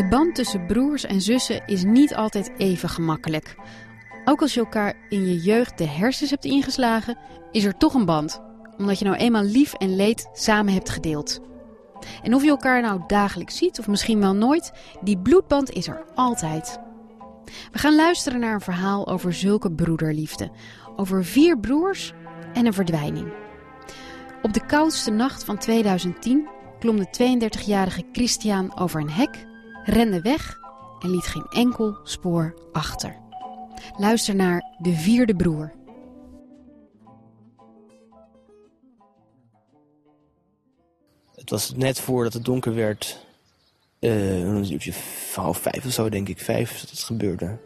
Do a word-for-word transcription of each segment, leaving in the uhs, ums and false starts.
De band tussen broers en zussen is niet altijd even gemakkelijk. Ook als je elkaar in je jeugd de hersens hebt ingeslagen, is er toch een band. Omdat je nou eenmaal lief en leed samen hebt gedeeld. En of je elkaar nou dagelijks ziet of misschien wel nooit, die bloedband is er altijd. We gaan luisteren naar een verhaal over zulke broederliefde. Over vier broers en een verdwijning. Op de koudste nacht van tweeduizend tien klom de tweeëndertigjarige Christian over een hek, rende weg en liet geen enkel spoor achter. Luister naar De Vierde Broer. Het was net voordat het donker werd. Uh, een uurtje half vijf of zo, denk ik. Vijf, dat het gebeurde. Het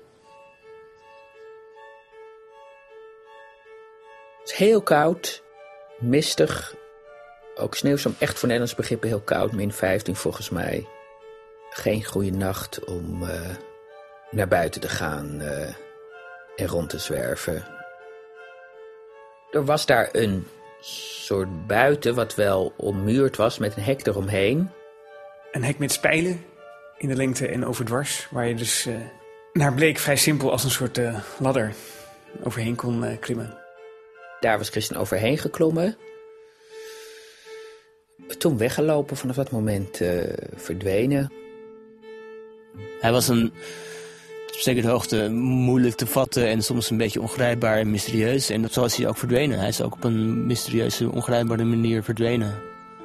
is heel koud, mistig. Ook sneeuwstorm, echt voor Nederlands begrippen heel koud. min vijftien volgens mij. Geen goede nacht om uh, naar buiten te gaan uh, en rond te zwerven. Er was daar een soort buiten wat wel ommuurd was met een hek eromheen. Een hek met spijlen in de lengte en overdwars. Waar je dus, uh, naar bleek, vrij simpel als een soort uh, ladder overheen kon uh, klimmen. Daar was Christian overheen geklommen. Toen weggelopen, vanaf dat moment uh, verdwenen. Hij was een, op zekere hoogte, moeilijk te vatten en soms een beetje ongrijpbaar en mysterieus. En zo is hij ook verdwenen. Hij is ook op een mysterieuze, ongrijpbare manier verdwenen.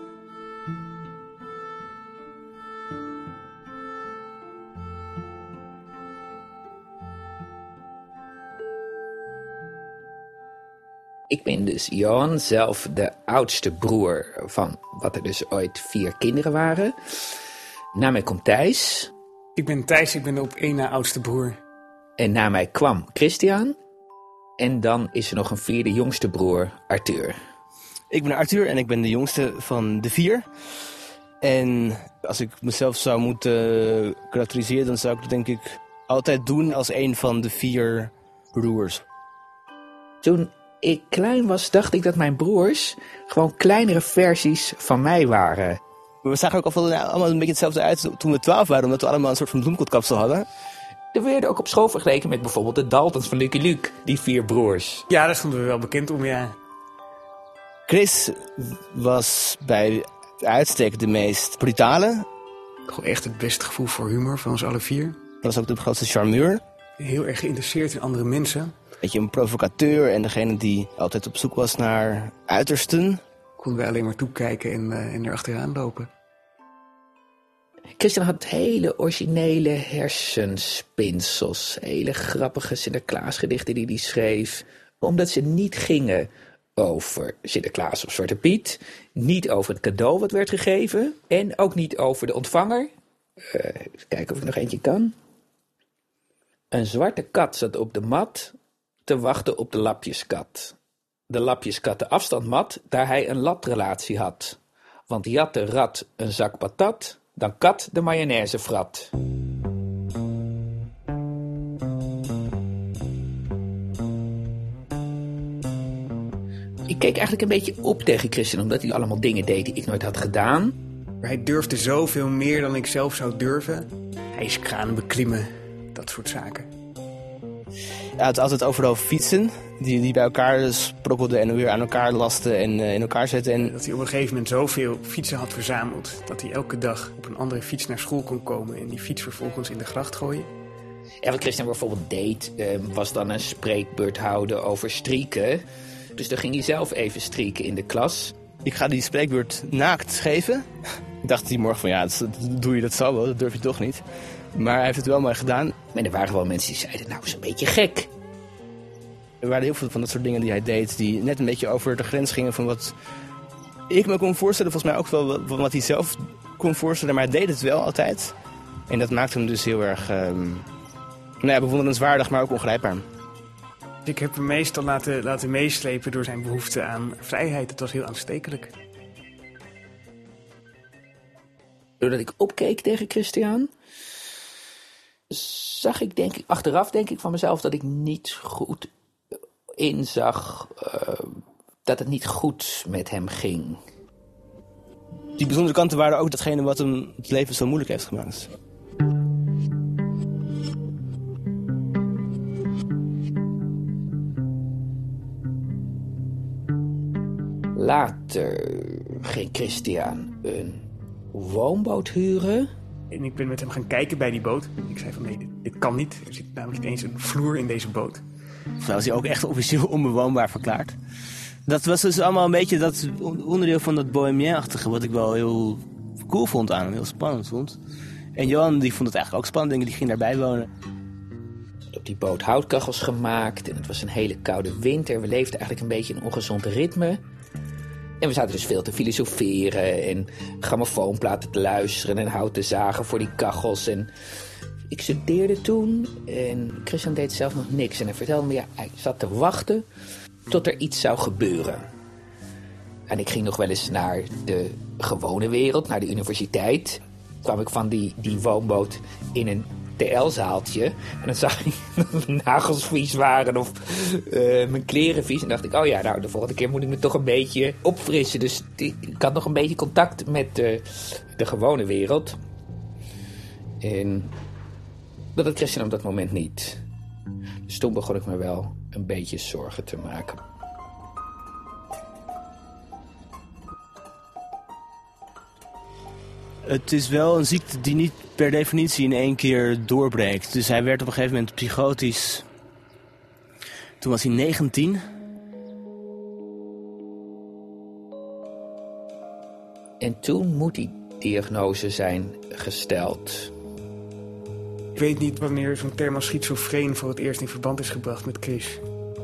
Ik ben dus Johan, zelf de oudste broer van wat er dus ooit vier kinderen waren. Na mij komt Thijs. Ik ben Thijs, ik ben de op één na oudste broer. En na mij kwam Christian. En dan is er nog een vierde jongste broer, Arthur. Ik ben Arthur en ik ben de jongste van de vier. En als ik mezelf zou moeten karakteriseren, dan zou ik het denk ik altijd doen als een van de vier broers. Toen ik klein was, dacht ik dat mijn broers gewoon kleinere versies van mij waren. We zagen ook al allemaal een beetje hetzelfde uit toen we twaalf waren, omdat we allemaal een soort van bloemkotkapsel hadden. Er werden ook op school vergeleken met bijvoorbeeld de Daltons van Lucky Luke, die vier broers. Ja, daar stonden we wel bekend om, ja. Chris was bij uitstek de meest brutale. Gewoon echt het beste gevoel voor humor van ons alle vier. Dat was ook de grootste charmeur. Heel erg geïnteresseerd in andere mensen. Beetje een provocateur en degene die altijd op zoek was naar uitersten. Konden wij alleen maar toekijken en, uh, en erachteraan lopen. Christian had hele originele hersenspinsels. Hele grappige Sinterklaasgedichten die hij schreef. Omdat ze niet gingen over Sinterklaas of Zwarte Piet. Niet over het cadeau wat werd gegeven. En ook niet over de ontvanger. Uh, even kijken of ik nog eentje kan. Een zwarte kat zat op de mat te wachten op de lapjeskat. De lapjeskat de afstand mat, daar hij een latrelatie had. Want jat de rat een zak patat, dan kat de mayonaise frat. Ik keek eigenlijk een beetje op tegen Christian, omdat hij allemaal dingen deed die ik nooit had gedaan. Hij durfde zoveel meer dan ik zelf zou durven. Hij is kranen beklimmen, dat soort zaken. Hij had altijd overal fietsen, die, die bij elkaar sprokkelden en weer aan elkaar lasten en uh, in elkaar zetten. En dat hij op een gegeven moment zoveel fietsen had verzameld, dat hij elke dag op een andere fiets naar school kon komen en die fiets vervolgens in de gracht gooien. En wat Christian bijvoorbeeld deed, uh, was dan een spreekbeurt houden over strieken. Dus dan ging hij zelf even strieken in de klas. Ik ga die spreekbeurt naakt geven. Ik dacht die morgen van ja, dat, doe je dat zo wel, dat durf je toch niet. Maar hij heeft het wel maar gedaan. Maar er waren gewoon mensen die zeiden, nou, is een beetje gek. Er waren heel veel van dat soort dingen die hij deed, die net een beetje over de grens gingen van wat ik me kon voorstellen. Volgens mij ook wel van wat hij zelf kon voorstellen, maar hij deed het wel altijd. En dat maakte hem dus heel erg um, nou ja, bewonderenswaardig, maar ook ongrijpbaar. Ik heb hem meestal laten, laten meeslepen door zijn behoefte aan vrijheid. Het was heel aanstekelijk. Doordat ik opkeek tegen Christian, zag ik denk ik, achteraf denk ik van mezelf dat ik niet goed inzag uh, dat het niet goed met hem ging. Die bijzondere kanten waren ook datgene wat hem het leven zo moeilijk heeft gemaakt. later ging Christian een woonboot huren. En ik ben met hem gaan kijken bij die boot. Ik zei van nee, dit, dit kan niet. Er zit namelijk niet eens een vloer in deze boot. Zo was hij ook echt officieel onbewoonbaar verklaard. Dat was dus allemaal een beetje dat onderdeel van dat bohemien-achtige, wat ik wel heel cool vond aan hem, heel spannend vond. En Johan die vond het eigenlijk ook spannend, die ging daarbij wonen. Op die boot houtkachels gemaakt en het was een hele koude winter. We leefden eigenlijk een beetje in een ongezond ritme. En we zaten dus veel te filosoferen en grammofoonplaten te luisteren en hout te zagen voor die kachels. En ik studeerde toen en Christian deed zelf nog niks. En hij vertelde me, ja, hij zat te wachten tot er iets zou gebeuren. En ik ging nog wel eens naar de gewone wereld, naar de universiteit. Kwam ik van die, die woonboot in een T L-zaaltje. En dan zag ik dat mijn nagels vies waren of uh, mijn kleren vies. En dacht ik, oh ja, nou, de volgende keer moet ik me toch een beetje opfrissen. Dus ik had nog een beetje contact met de, de gewone wereld. En dat had Christian op dat moment niet. Dus toen begon ik me wel een beetje zorgen te maken. Het is wel een ziekte die niet per definitie in één keer doorbreekt. Dus hij werd op een gegeven moment psychotisch. Toen was hij negentien. En toen moet die diagnose zijn gesteld. Ik weet niet wanneer zo'n term als schizofreen voor het eerst in verband is gebracht met Chris.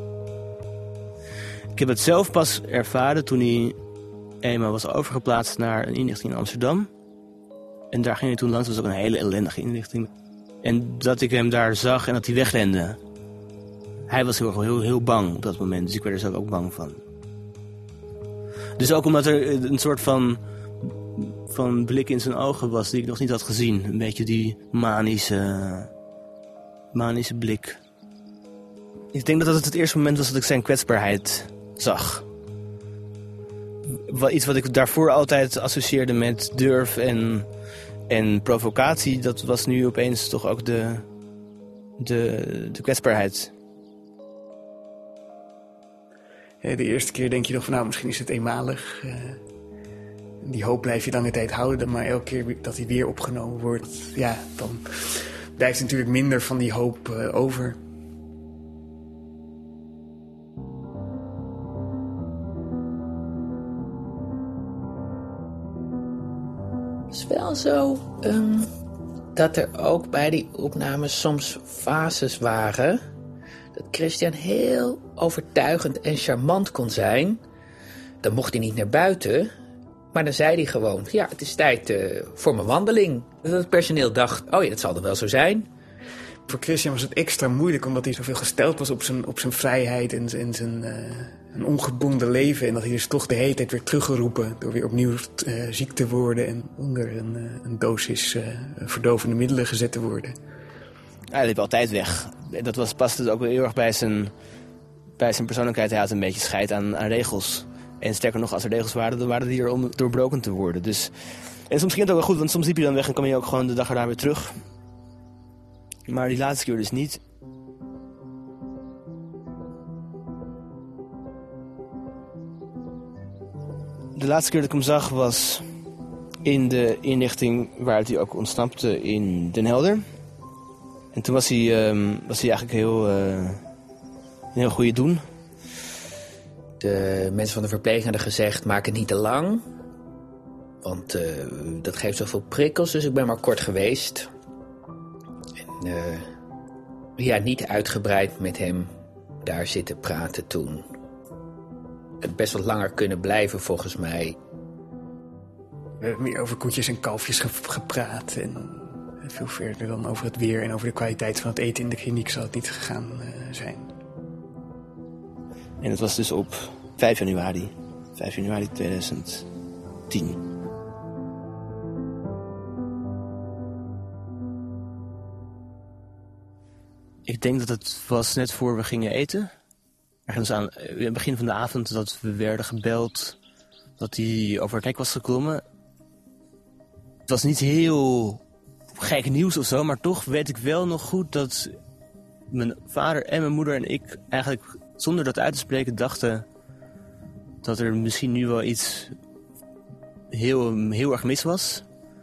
Ik heb het zelf pas ervaren toen hij eenmaal was overgeplaatst naar een inrichting in Amsterdam. En daar ging hij toen langs, dat was ook een hele ellendige inrichting. En dat ik hem daar zag en dat hij wegrende. Hij was heel, heel, heel bang op dat moment, dus ik werd er zelf ook bang van. Dus ook omdat er een soort van, van blik in zijn ogen was die ik nog niet had gezien. Een beetje die manische, manische blik. Ik denk dat het het eerste moment was dat ik zijn kwetsbaarheid zag. Iets wat ik daarvoor altijd associeerde met durf en, en provocatie, dat was nu opeens toch ook de, de, de kwetsbaarheid. De eerste keer denk je nog van nou, misschien is het eenmalig. Uh, die hoop blijf je lange tijd houden, maar elke keer dat hij weer opgenomen wordt, ja, dan blijft natuurlijk minder van die hoop uh, over. Het is wel zo um, dat er ook bij die opnames soms fases waren dat Christian heel overtuigend en charmant kon zijn. Dan mocht hij niet naar buiten, maar dan zei hij gewoon, ja, het is tijd uh, voor mijn wandeling. Dat het personeel dacht, oh ja, dat zal er wel zo zijn. Voor Christian was het extra moeilijk omdat hij zoveel gesteld was op zijn, op zijn vrijheid en, en zijn uh, een ongebonden leven. En dat hij dus toch de hele tijd werd teruggeroepen door weer opnieuw uh, ziek te worden en onder een, uh, een dosis uh, verdovende middelen gezet te worden. Hij liep altijd weg. Dat was, paste ook heel erg bij zijn, bij zijn persoonlijkheid. Hij had een beetje scheid aan, aan regels. En sterker nog, als er regels waren, dan waren die er om doorbroken te worden. Dus, en soms ging het ook wel goed, want soms liep je dan weg en kwam je ook gewoon de dag erna weer terug. Maar die laatste keer dus niet. De laatste keer dat ik hem zag was in de inrichting waaruit hij ook ontsnapte in Den Helder. En toen was hij, um, was hij eigenlijk heel, uh, een heel goede doen. De mensen van de verpleging hadden gezegd, maak het niet te lang. Want uh, dat geeft zoveel prikkels, dus ik ben maar kort geweest. En uh, ja, niet uitgebreid met hem daar zitten praten toen. Ik had best wat langer kunnen blijven volgens mij. We hebben meer over koetjes en kalfjes gepraat en veel verder dan over het weer en over de kwaliteit van het eten in de kliniek zal het niet gegaan uh, zijn. En het was dus op vijf januari, vijf januari tweeduizend tien. Ik denk dat het was net voor we gingen eten. Ergens aan het begin van de avond dat we werden gebeld dat hij over het hek was geklommen. Het was niet heel gek nieuws of zo, maar toch weet ik wel nog goed dat mijn vader en mijn moeder en ik eigenlijk zonder dat uit te spreken dachten dat er misschien nu wel iets heel, heel erg mis was.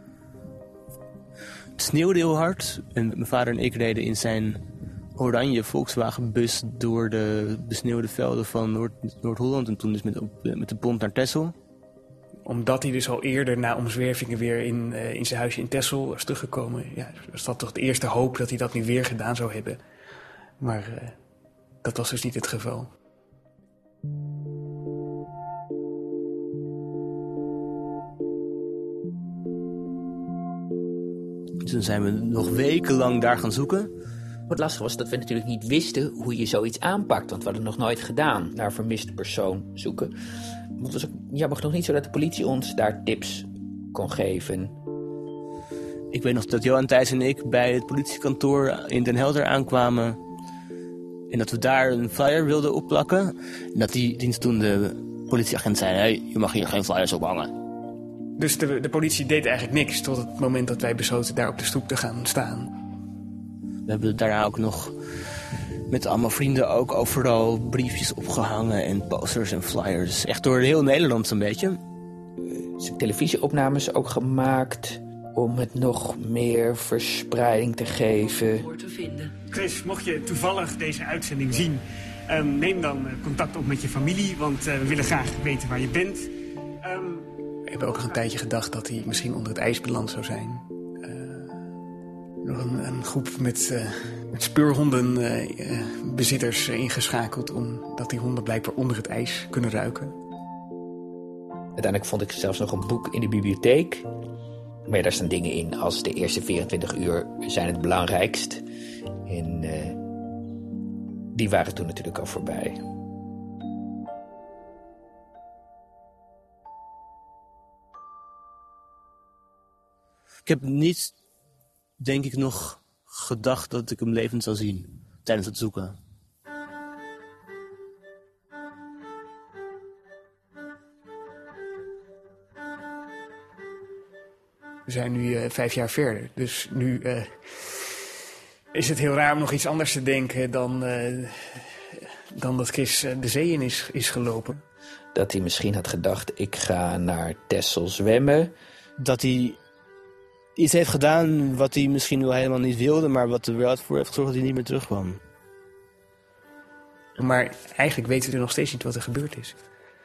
Het sneeuwde heel hard en mijn vader en ik reden in zijn oranje Volkswagenbus door de besneeuwde velden van Noord- Noord-Holland en toen dus met, op, met de pont naar Texel. Omdat hij dus al eerder na omzwervingen weer in, uh, in zijn huisje in Texel was teruggekomen. Ja, was dat toch de eerste hoop dat hij dat nu weer gedaan zou hebben. Maar uh, dat was dus niet het geval. Toen zijn we nog wekenlang daar gaan zoeken. Wat lastig was dat we natuurlijk niet wisten hoe je zoiets aanpakt. Want we hadden het nog nooit gedaan, naar een vermiste persoon zoeken. Het was ook jammer genoeg niet zo dat de politie ons daar tips kon geven. Ik weet nog dat Johan Thijs en ik bij het politiekantoor in Den Helder aankwamen. En dat we daar een flyer wilden opplakken. En dat die dienstdoende politieagent zei, hey, je mag hier geen flyers ophangen. Dus de, de politie deed eigenlijk niks tot het moment dat wij besloten daar op de stoep te gaan staan. We hebben daarna ook nog met allemaal vrienden ook overal briefjes opgehangen en posters en flyers. Echt door heel Nederland zo'n beetje. Ze hebben televisieopnames ook gemaakt om het nog meer verspreiding te geven. Chris, mocht je toevallig deze uitzending zien, um, neem dan uh, contact op met je familie, want uh, we willen graag weten waar je bent. Um... We hebben ook nog een tijdje gedacht dat hij misschien onder het ijs beland zou zijn. Uh, nog een, een groep met, uh, met speurhondenbezitters uh, uh, ingeschakeld, omdat die honden blijkbaar onder het ijs kunnen ruiken. Uiteindelijk vond ik zelfs nog een boek in de bibliotheek. Maar ja, daar staan dingen in als de eerste vierentwintig uur zijn het belangrijkst. En uh, die waren toen natuurlijk al voorbij. Ik heb niet, denk ik, nog gedacht dat ik hem levend zou zien tijdens het zoeken. We zijn nu uh, vijf jaar verder, dus nu uh, is het heel raar om nog iets anders te denken dan, uh, dan dat Chris uh, de zee in is, is gelopen. Dat hij misschien had gedacht, ik ga naar Texel zwemmen. Dat hij iets heeft gedaan wat hij misschien wel helemaal niet wilde, maar wat er wel voor heeft gezorgd dat hij niet meer terugkwam. Maar eigenlijk weten we nog steeds niet wat er gebeurd is.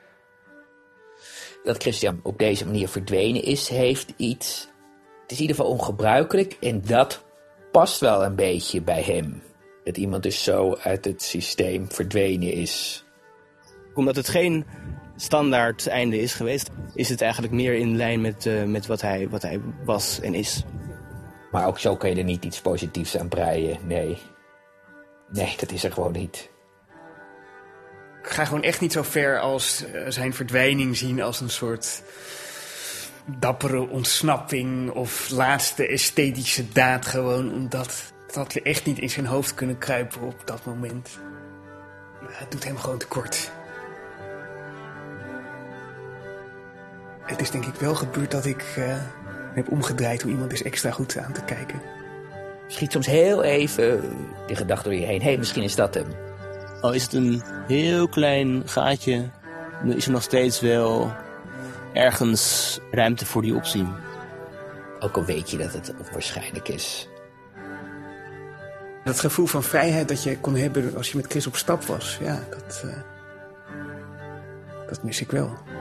Dat Christian op deze manier verdwenen is, heeft iets. Het is in ieder geval ongebruikelijk en dat past wel een beetje bij hem. Dat iemand dus zo uit het systeem verdwenen is. Omdat het geen standaard einde is geweest, is het eigenlijk meer in lijn met, uh, met wat, hij, wat hij was en is. Maar ook zo kan je er niet iets positiefs aan breien, nee. Nee, dat is er gewoon niet. Ik ga gewoon echt niet zo ver als uh, zijn verdwijning zien als een soort dappere ontsnapping of laatste esthetische daad. Gewoon omdat dat we echt niet in zijn hoofd kunnen kruipen op dat moment. Het doet hem gewoon tekort. Het is denk ik wel gebeurd dat ik uh, heb omgedraaid om iemand eens extra goed aan te kijken. Schiet soms heel even die gedachte door je heen. Hé, hey, misschien is dat hem. Al is het een heel klein gaatje, dan is er nog steeds wel ergens ruimte voor die optie. Ook al weet je dat het onwaarschijnlijk is. Dat gevoel van vrijheid dat je kon hebben als je met Chris op stap was, ja, dat, uh, dat mis ik wel.